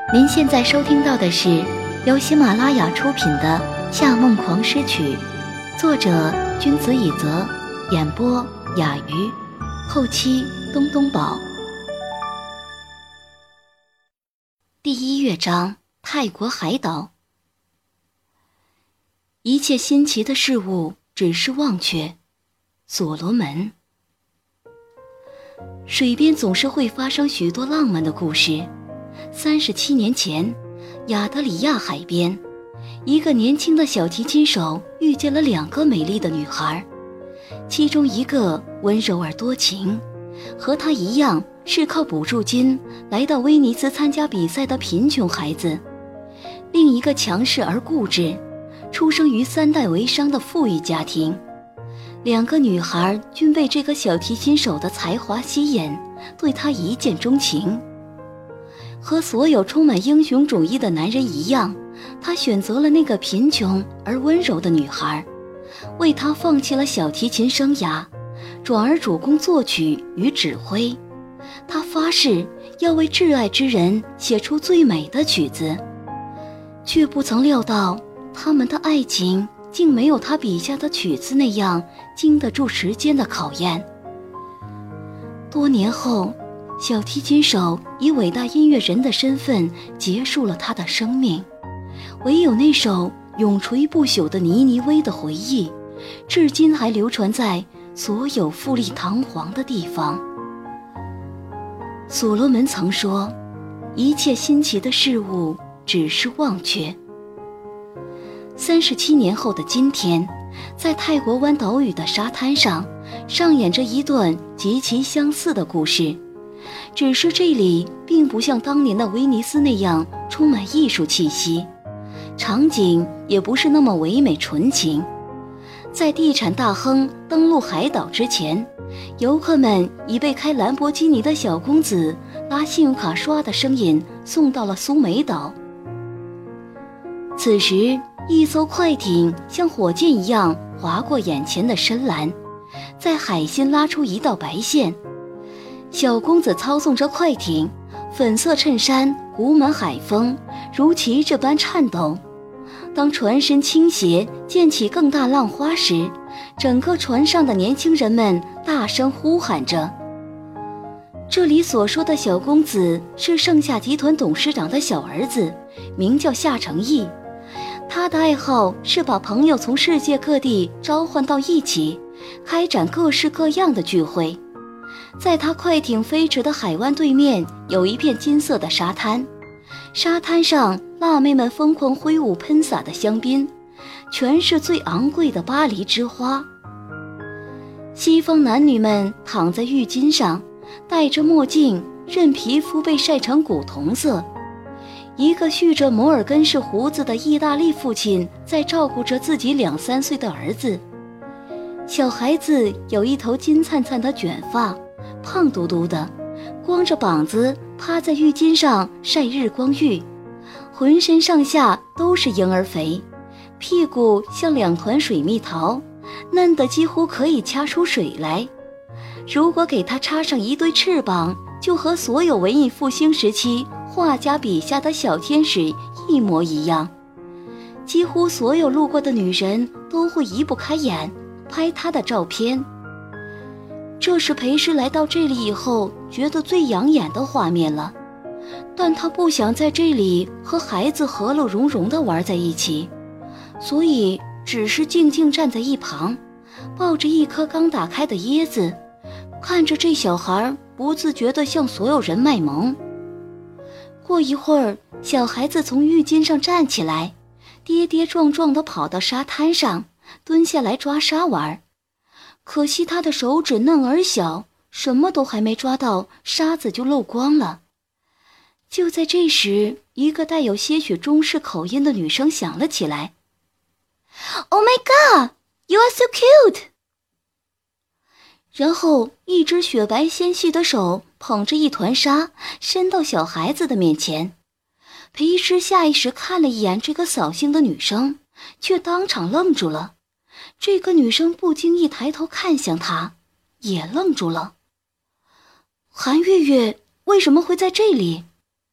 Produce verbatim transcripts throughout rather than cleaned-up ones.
您现在收听到的是由喜马拉雅出品的《夏梦狂诗曲》，作者君子以泽，演播雅鱼，后期东东宝。第一乐章，泰国海岛。一切新奇的事物只是忘却。所罗门。水边总是会发生许多浪漫的故事。三十七年前，亚德里亚海边，一个年轻的小提琴手遇见了两个美丽的女孩，其中一个温柔而多情，和她一样是靠补助金来到威尼斯参加比赛的贫穷孩子，另一个强势而固执，出生于三代为商的富裕家庭。两个女孩均被这个小提琴手的才华吸引，对他一见钟情。和所有充满英雄主义的男人一样，他选择了那个贫穷而温柔的女孩，为她放弃了小提琴生涯，转而主攻作曲与指挥。他发誓要为挚爱之人写出最美的曲子，却不曾料到他们的爱情竟没有他笔下的曲子那样经得住时间的考验。多年后，小提琴手以伟大音乐人的身份结束了他的生命，唯有那首永垂不朽的尼尼微的回忆，至今还流传在所有富丽堂皇的地方。所罗门曾说，一切新奇的事物只是忘却。三十七年后的今天，在泰国湾岛屿的沙滩上，上演着一段极其相似的故事，只是这里并不像当年的威尼斯那样充满艺术气息，场景也不是那么唯美纯情。在地产大亨登陆海岛之前，游客们已被开兰博基尼的小公子拉信用卡刷的声音送到了苏梅岛。此时，一艘快艇像火箭一样划过眼前的深蓝，在海心拉出一道白线。小公子操纵着快艇，粉色衬衫鼓满海风，如旗这般颤抖。当船身倾斜溅起更大浪花时，整个船上的年轻人们大声呼喊着。这里所说的小公子是盛夏集团董事长的小儿子，名叫夏承义。他的爱好是把朋友从世界各地召唤到一起，开展各式各样的聚会。在他快艇飞驰的海湾对面，有一片金色的沙滩，沙滩上辣妹们疯狂挥舞喷洒的香槟，全是最昂贵的巴黎之花。西方男女们躺在浴巾上，戴着墨镜，任皮肤被晒成古铜色。一个蓄着摩尔根式胡子的意大利父亲在照顾着自己两三岁的儿子。小孩子有一头金灿灿的卷发，胖嘟嘟的，光着膀子趴在浴巾上晒日光浴，浑身上下都是婴儿肥，屁股像两团水蜜桃，嫩得几乎可以掐出水来。如果给它插上一对翅膀，就和所有文艺复兴时期画家笔下的小天使一模一样。几乎所有路过的女人都会移不开眼拍他的照片。这是裴师来到这里以后觉得最养眼的画面了，但他不想在这里和孩子和乐融融地玩在一起，所以只是静静站在一旁，抱着一颗刚打开的椰子，看着这小孩不自觉地向所有人卖萌。过一会儿，小孩子从浴巾上站起来，跌跌撞撞地跑到沙滩上，蹲下来抓沙玩。可惜他的手指嫩而小，什么都还没抓到，沙子就漏光了。就在这时，一个带有些许中式口音的女声响了起来。 Oh my god, you are so cute! 然后一只雪白纤细的手捧着一团沙伸到小孩子的面前。裴医师下意识看了一眼这个扫兴的女生，却当场愣住了。这个女生不经意抬头看向他，也愣住了。韩月月为什么会在这里？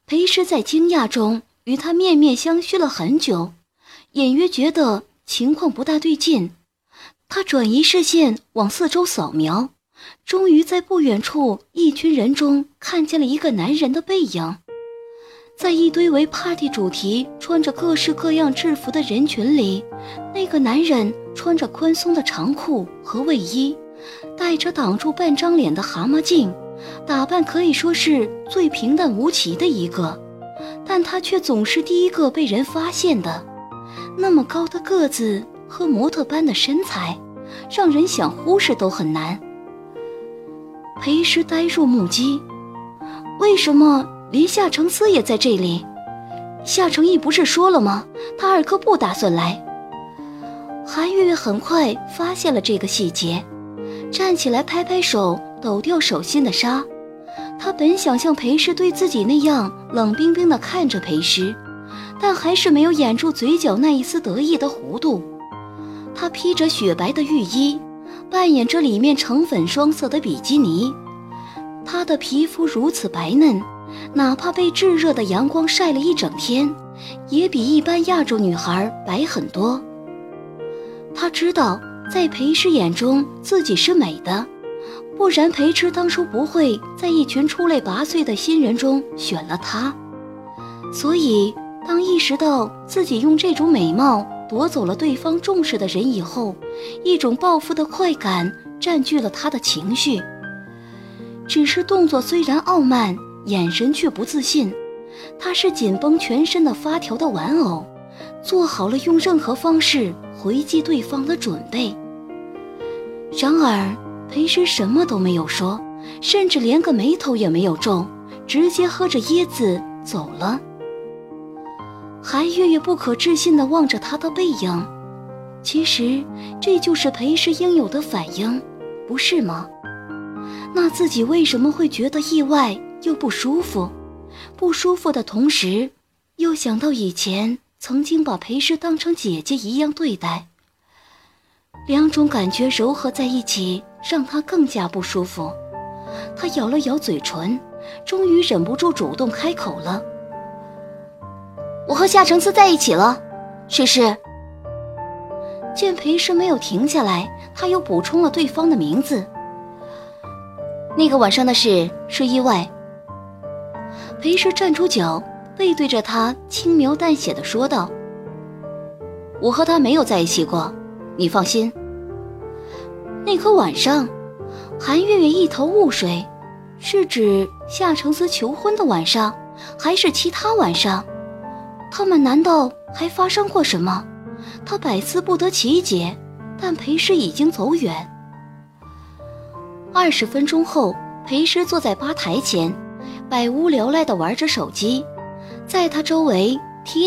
裴师在惊讶中与他面面相觑了很久，隐约觉得情况不大对劲。他转移视线往四周扫描，终于在不远处一群人中看见了一个男人的背影。在一堆为 party 主题穿着各式各样制服的人群里，那个男人穿着宽松的长裤和卫衣，戴着挡住半张脸的蛤蟆镜，打扮可以说是最平淡无奇的一个，但他却总是第一个被人发现的。那么高的个子和模特般的身材，让人想忽视都很难。裴师呆若木鸡，为什么连夏承思也在这里？夏承义不是说了吗？他二哥不打算来。韩月月很快发现了这个细节，站起来拍拍手，抖掉手心的纱。他本想像裴师对自己那样冷冰冰地看着裴师，但还是没有掩住嘴角那一丝得意的弧度。他披着雪白的浴衣，扮演着里面橙粉双色的比基尼。他的皮肤如此白嫩，哪怕被炙热的阳光晒了一整天，也比一般亚洲女孩白很多。他知道在裴师眼中自己是美的，不然裴师当初不会在一群出类拔萃的新人中选了他。所以当意识到自己用这种美貌夺走了对方重视的人以后，一种报复的快感占据了他的情绪。只是动作虽然傲慢，眼神却不自信。他是紧绷全身的发条的玩偶，做好了用任何方式回击对方的准备。然而裴师什么都没有说，甚至连个眉头也没有皱，直接喝着椰子走了。韩月月不可置信地望着他的背影，其实这就是裴师应有的反应，不是吗？那自己为什么会觉得意外又不舒服？不舒服的同时，又想到以前曾经把裴师当成姐姐一样对待，两种感觉糅合在一起，让他更加不舒服。他咬了咬嘴唇，终于忍不住主动开口了：“我和夏承思在一起了，诗诗。”见裴师没有停下来，他又补充了对方的名字：“那个晚上的事是意外。”裴师站出脚，背对着他轻描淡写地说道：“我和他没有在一起过，你放心。”那个晚上，韩月月一头雾水，是指夏承思求婚的晚上，还是其他晚上？他们难道还发生过什么？他百思不得其解，但裴师已经走远。二十分钟后，裴师坐在吧台前，百无聊赖地玩着手机。在他周围，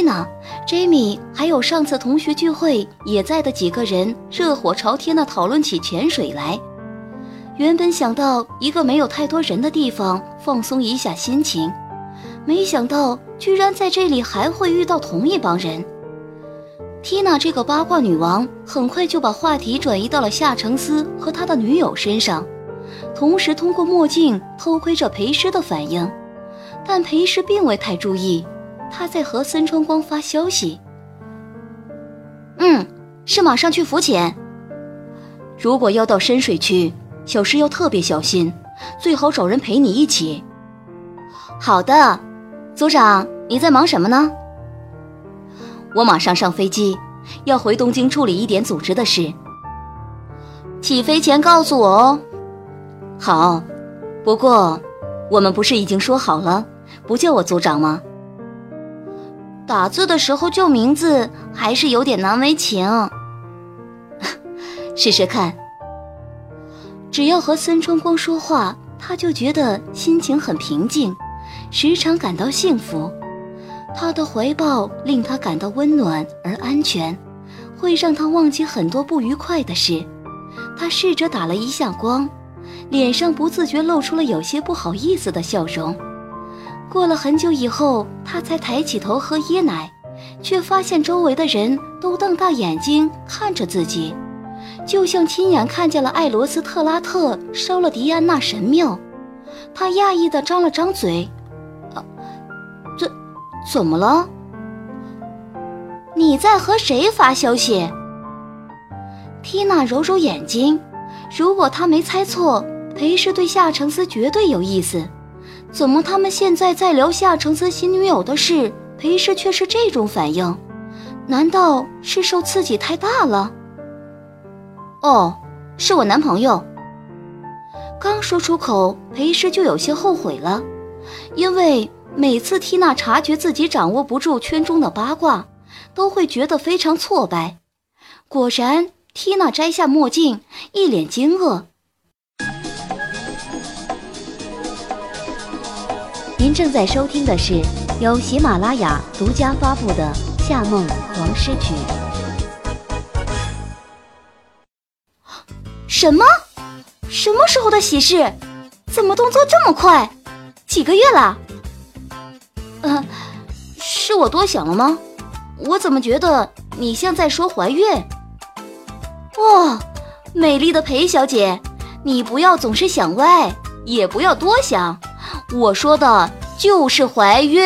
Tina、Jamie 还有上次同学聚会也在的几个人热火朝天地讨论起潜水来。原本想到一个没有太多人的地方放松一下心情，没想到居然在这里还会遇到同一帮人。Tina 这个八卦女王很快就把话题转移到了夏承思和他的女友身上，同时通过墨镜偷窥着裴师的反应。但裴师并未太注意，他在和森川光发消息：“嗯，是马上去浮潜。如果要到深水区，小诗要特别小心，最好找人陪你一起。”“好的，组长，你在忙什么呢？”“我马上上飞机，要回东京处理一点组织的事。起飞前告诉我哦。”“好，不过我们不是已经说好了，不叫我组长吗？”“打字的时候叫名字还是有点难为情。”“试试看。”只要和森川光说话，他就觉得心情很平静，时常感到幸福。他的怀抱令他感到温暖而安全，会让他忘记很多不愉快的事。他试着打了一下光，脸上不自觉露出了有些不好意思的笑容。过了很久以后，他才抬起头喝椰奶，却发现周围的人都瞪大眼睛看着自己，就像亲眼看见了艾罗斯特拉特烧了迪安娜神庙。他讶异地张了张嘴：“啊， 怎么了？你在和谁发消息？缇娜揉揉眼睛，如果她没猜错，裴氏对夏承思绝对有意思。怎么他们现在在聊夏承思新女友的事，裴氏却是这种反应？难道是受刺激太大了？哦，是我男朋友。刚说出口，裴氏就有些后悔了，因为每次缇娜察觉自己掌握不住圈中的八卦，都会觉得非常挫败。果然，缇娜摘下墨镜，一脸惊愕。 您正在收听的是由喜马拉雅独家发布的《夏梦黄诗曲》。 什么？什么时候的喜事？怎么动作这么快？几个月了？呃，是我多想了吗？我怎么觉得你像在说怀孕？哇，美丽的裴小姐，你不要总是想歪，也不要多想。我说的就是怀孕。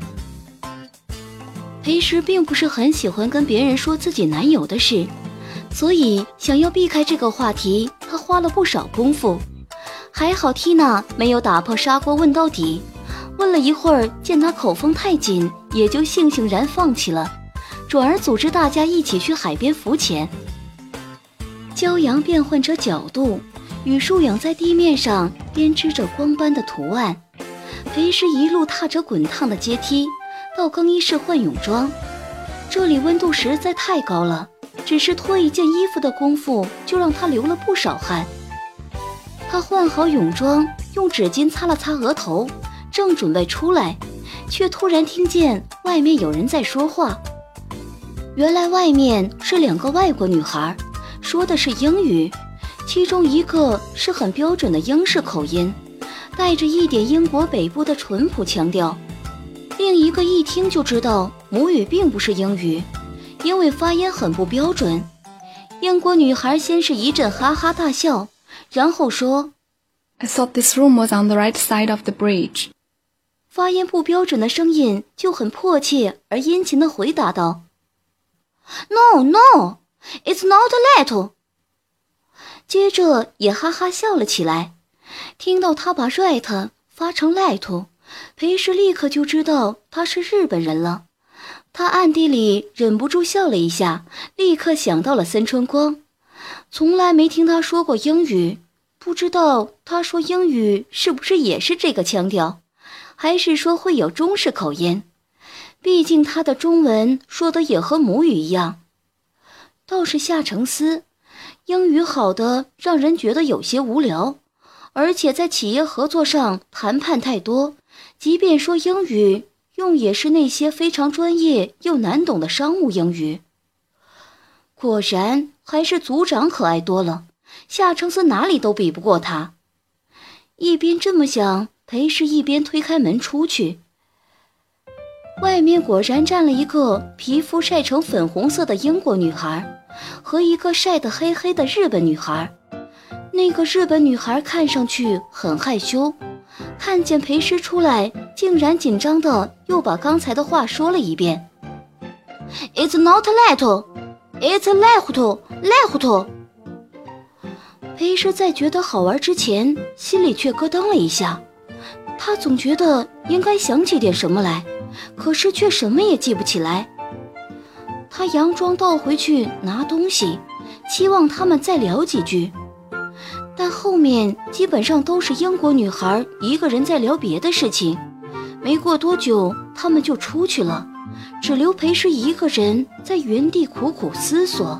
裴时并不是很喜欢跟别人说自己男友的事，所以想要避开这个话题，他花了不少功夫。还好缇娜没有打破砂锅问到底，问了一会儿，见他口风太紧，也就悻悻然放弃了，转而组织大家一起去海边浮潜。骄阳变换着角度，与树影在地面上编织着光斑的图案。裴时一路踏着滚烫的阶梯到更衣室换泳装，这里温度实在太高了，只是脱一件衣服的功夫就让他流了不少汗。他换好泳装，用纸巾擦了擦额头，正准备出来，却突然听见外面有人在说话。原来外面是两个外国女孩，说的是英语，其中一个是很标准的英式口音，带着一点英国北部的淳朴腔调，另一个一听就知道母语并不是英语，因为发音很不标准。英国女孩先是一阵哈哈大笑，然后说 I thought this room was on the right side of the bridge。 发音不标准的声音就很迫切而殷勤地回答道 No, no, it's not that。 接着也哈哈笑了起来。听到他把 right 发成 light， 裴时立刻就知道他是日本人了。他暗地里忍不住笑了一下，立刻想到了森春光。从来没听他说过英语，不知道他说英语是不是也是这个腔调，还是说会有中式口音。毕竟他的中文说的也和母语一样。倒是夏承思，英语好的让人觉得有些无聊，而且在企业合作上谈判太多，即便说英语，用也是那些非常专业又难懂的商务英语。果然还是组长可爱多了，夏承思哪里都比不过他。一边这么想，裴时一边推开门出去。外面果然站了一个皮肤晒成粉红色的英国女孩，和一个晒得黑黑的日本女孩。那个日本女孩看上去很害羞，看见裴时出来，竟然紧张的又把刚才的话说了一遍。 It's not late, it's left, left。 裴时在觉得好玩之前，心里却咯噔了一下。他总觉得应该想起点什么来，可是却什么也记不起来。他佯装倒回去拿东西，期望他们再聊几句，但后面基本上都是英国女孩一个人在聊别的事情。没过多久，他们就出去了，只留裴时一个人在原地苦苦思索。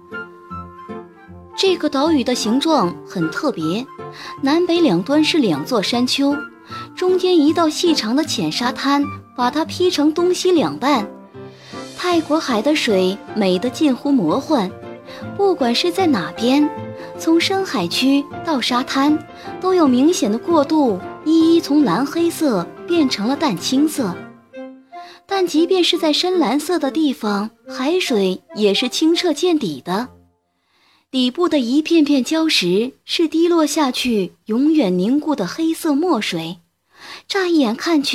这个岛屿的形状很特别，南北两端是两座山丘，中间一道细长的浅沙滩把它劈成东西两半。泰国海的水美得近乎魔幻，不管是在哪边，从深海区到沙滩都有明显的过渡，一一从蓝黑色变成了淡青色。但即便是在深蓝色的地方，海水也是清澈见底的，底部的一片片礁石是滴落下去永远凝固的黑色墨水，乍一眼看去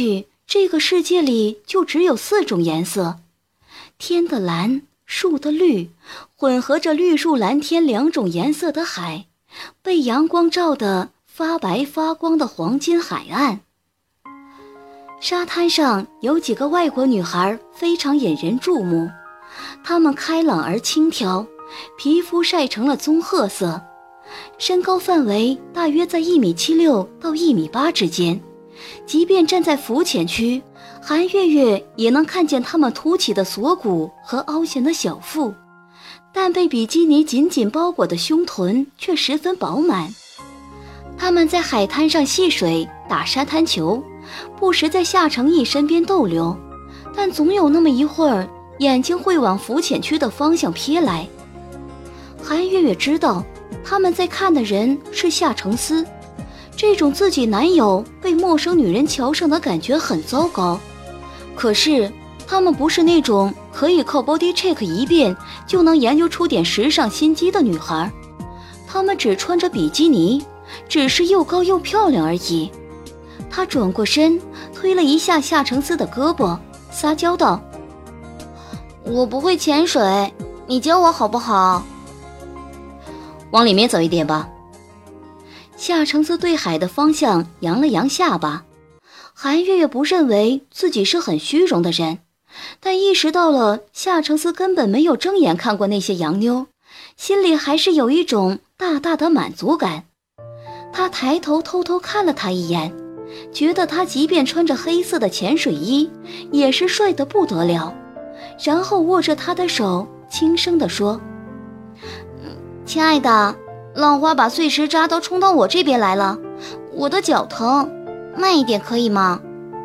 这个世界里就只有四种颜色：天的蓝，树的绿，混合着绿树蓝天两种颜色的海，被阳光照得发白发光的黄金海岸。沙滩上有几个外国女孩非常引人注目，她们开朗而轻佻，皮肤晒成了棕褐色，身高范围大约在一米七六到一米八之间。即便站在浮潜区，韩月月也能看见她们凸起的锁骨和凹陷的小腹，但被比基尼紧紧包裹的胸臀却十分饱满。她们在海滩上戏水，打沙滩球，不时在夏承义身边逗留，但总有那么一会儿，眼睛会往浮潜区的方向瞥来。韩月月知道，他们在看的人是夏承思。这种自己男友被陌生女人瞧上的感觉很糟糕，可是他们不是那种可以靠 body check 一遍就能研究出点时尚心机的女孩，她们只穿着比基尼，只是又高又漂亮而已。她转过身，推了一下夏承思的胳膊，撒娇道：我不会潜水，你教我好不好？往里面走一点吧。夏承思对海的方向扬了扬下巴。韩月月不认为自己是很虚荣的人，但意识到了夏承思根本没有睁眼看过那些洋妞，心里还是有一种大大的满足感。他抬头偷偷看了他一眼，觉得他即便穿着黑色的潜水衣也是帅得不得了，然后握着他的手轻声地说：亲爱的，浪花把碎石渣都冲到我这边来了，我的脚疼，慢一点可以吗？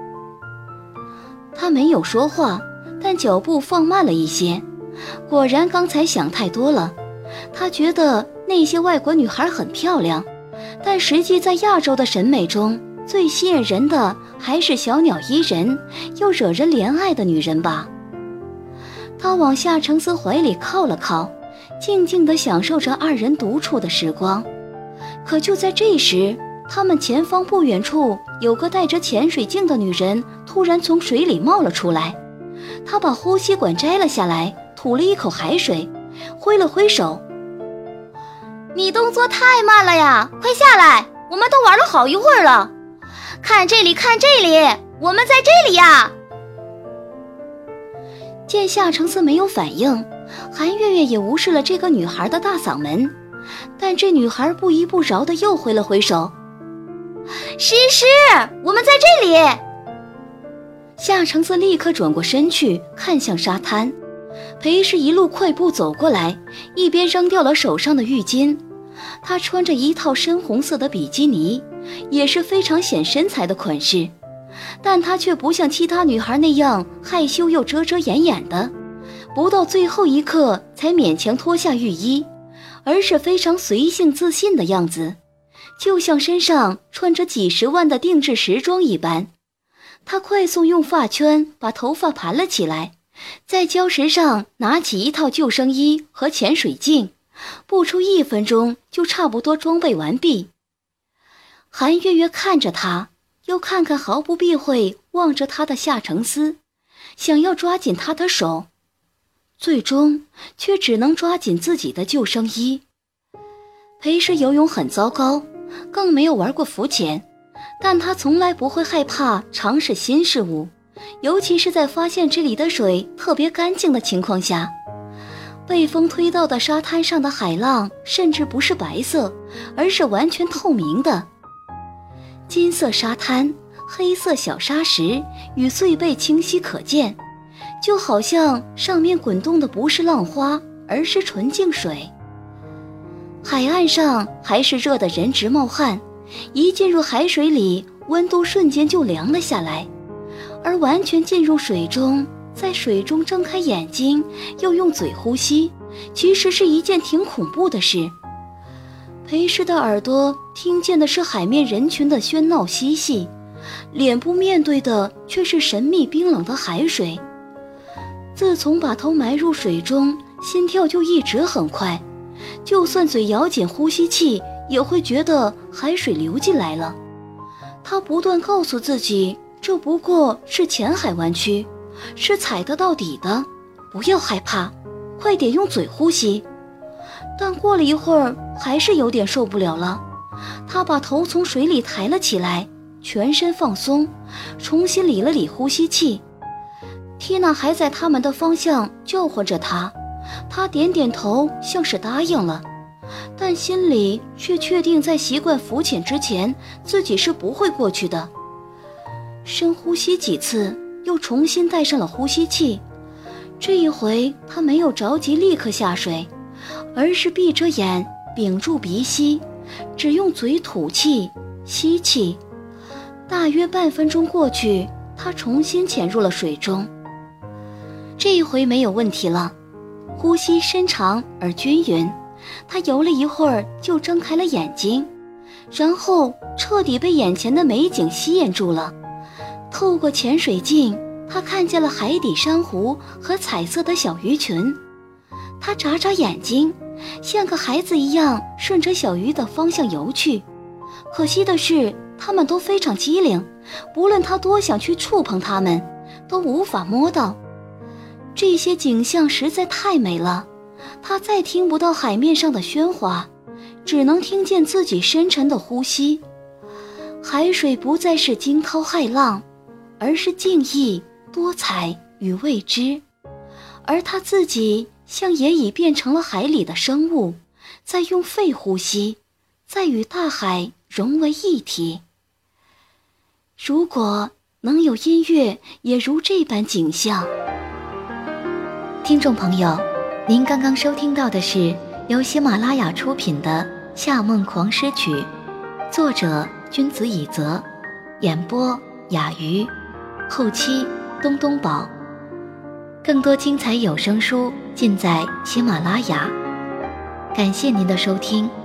他没有说话，但脚步放慢了一些。果然刚才想太多了，他觉得那些外国女孩很漂亮，但实际在亚洲的审美中，最吸引人的还是小鸟依人又惹人怜爱的女人吧。他往夏承思怀里靠了靠，静静地享受着二人独处的时光。可就在这时，他们前方不远处有个戴着潜水镜的女人突然从水里冒了出来。她把呼吸管摘了下来，吐了一口海水，挥了挥手：你动作太慢了呀，快下来，我们都玩了好一会儿了。看这里，看这里，我们在这里呀。见夏承思没有反应，韩月月也无视了这个女孩的大嗓门，但这女孩不依不饶地又挥了挥手：诗诗，我们在这里。夏承思立刻转过身去，看向沙滩。裴诗一路快步走过来，一边扔掉了手上的浴巾。她穿着一套深红色的比基尼，也是非常显身材的款式，但她却不像其他女孩那样害羞又遮遮掩掩的，不到最后一刻才勉强脱下浴衣，而是非常随性自信的样子，就像身上穿着几十万的定制时装一般。她快速用发圈把头发盘了起来，在礁石上拿起一套救生衣和潜水镜，不出一分钟就差不多装备完毕。韩月月看着她，又看看毫不避讳望着她的夏承思，想要抓紧他的手，最终却只能抓紧自己的救生衣。裴诗游泳很糟糕，更没有玩过浮潜，但他从来不会害怕尝试新事物，尤其是在发现这里的水特别干净的情况下。被风推到的沙滩上的海浪甚至不是白色，而是完全透明的。金色沙滩，黑色小沙石与碎贝清晰可见，就好像上面滚动的不是浪花，而是纯净水。海岸上还是热得人直冒汗，一进入海水里，温度瞬间就凉了下来。而完全进入水中，在水中睁开眼睛又用嘴呼吸，其实是一件挺恐怖的事。裴诗的耳朵听见的是海面人群的喧闹嬉戏，脸部面对的却是神秘冰冷的海水。自从把头埋入水中，心跳就一直很快，就算嘴咬紧呼吸器，也会觉得海水流进来了。他不断告诉自己， 这不过是浅海湾区，是踩得到底的，不要害怕，快点用嘴呼吸。但过了一会儿，还是有点受不了了。他把头从水里抬了起来，全身放松，重新理了理呼吸器。缇娜还在他们的方向叫唤着他，他点点头，像是答应了，但心里却确定在习惯浮潜之前，自己是不会过去的。深呼吸几次，又重新戴上了呼吸器。这一回他没有着急立刻下水，而是闭着眼，屏住鼻息，只用嘴吐气吸气。大约半分钟过去，他重新潜入了水中。这一回没有问题了，呼吸深长而均匀。他游了一会儿就睁开了眼睛，然后彻底被眼前的美景吸引住了。透过潜水镜，他看见了海底珊瑚和彩色的小鱼群。他眨眨眼睛，像个孩子一样顺着小鱼的方向游去。可惜的是，它们都非常机灵，不论他多想去触碰它们，都无法摸到。这些景象实在太美了，他再听不到海面上的喧哗，只能听见自己深沉的呼吸。海水不再是惊涛骇浪，而是静谧、多彩与未知，而他自己像也已变成了海里的生物，在用肺呼吸，在与大海融为一体。如果能有音乐也如这般景象。 听众朋友，您刚刚收听到的是由喜马拉雅出品的《夏梦狂诗曲》，作者君子以泽，演播雅鱼，后期东东宝。更多精彩有声书尽在喜马拉雅。感谢您的收听。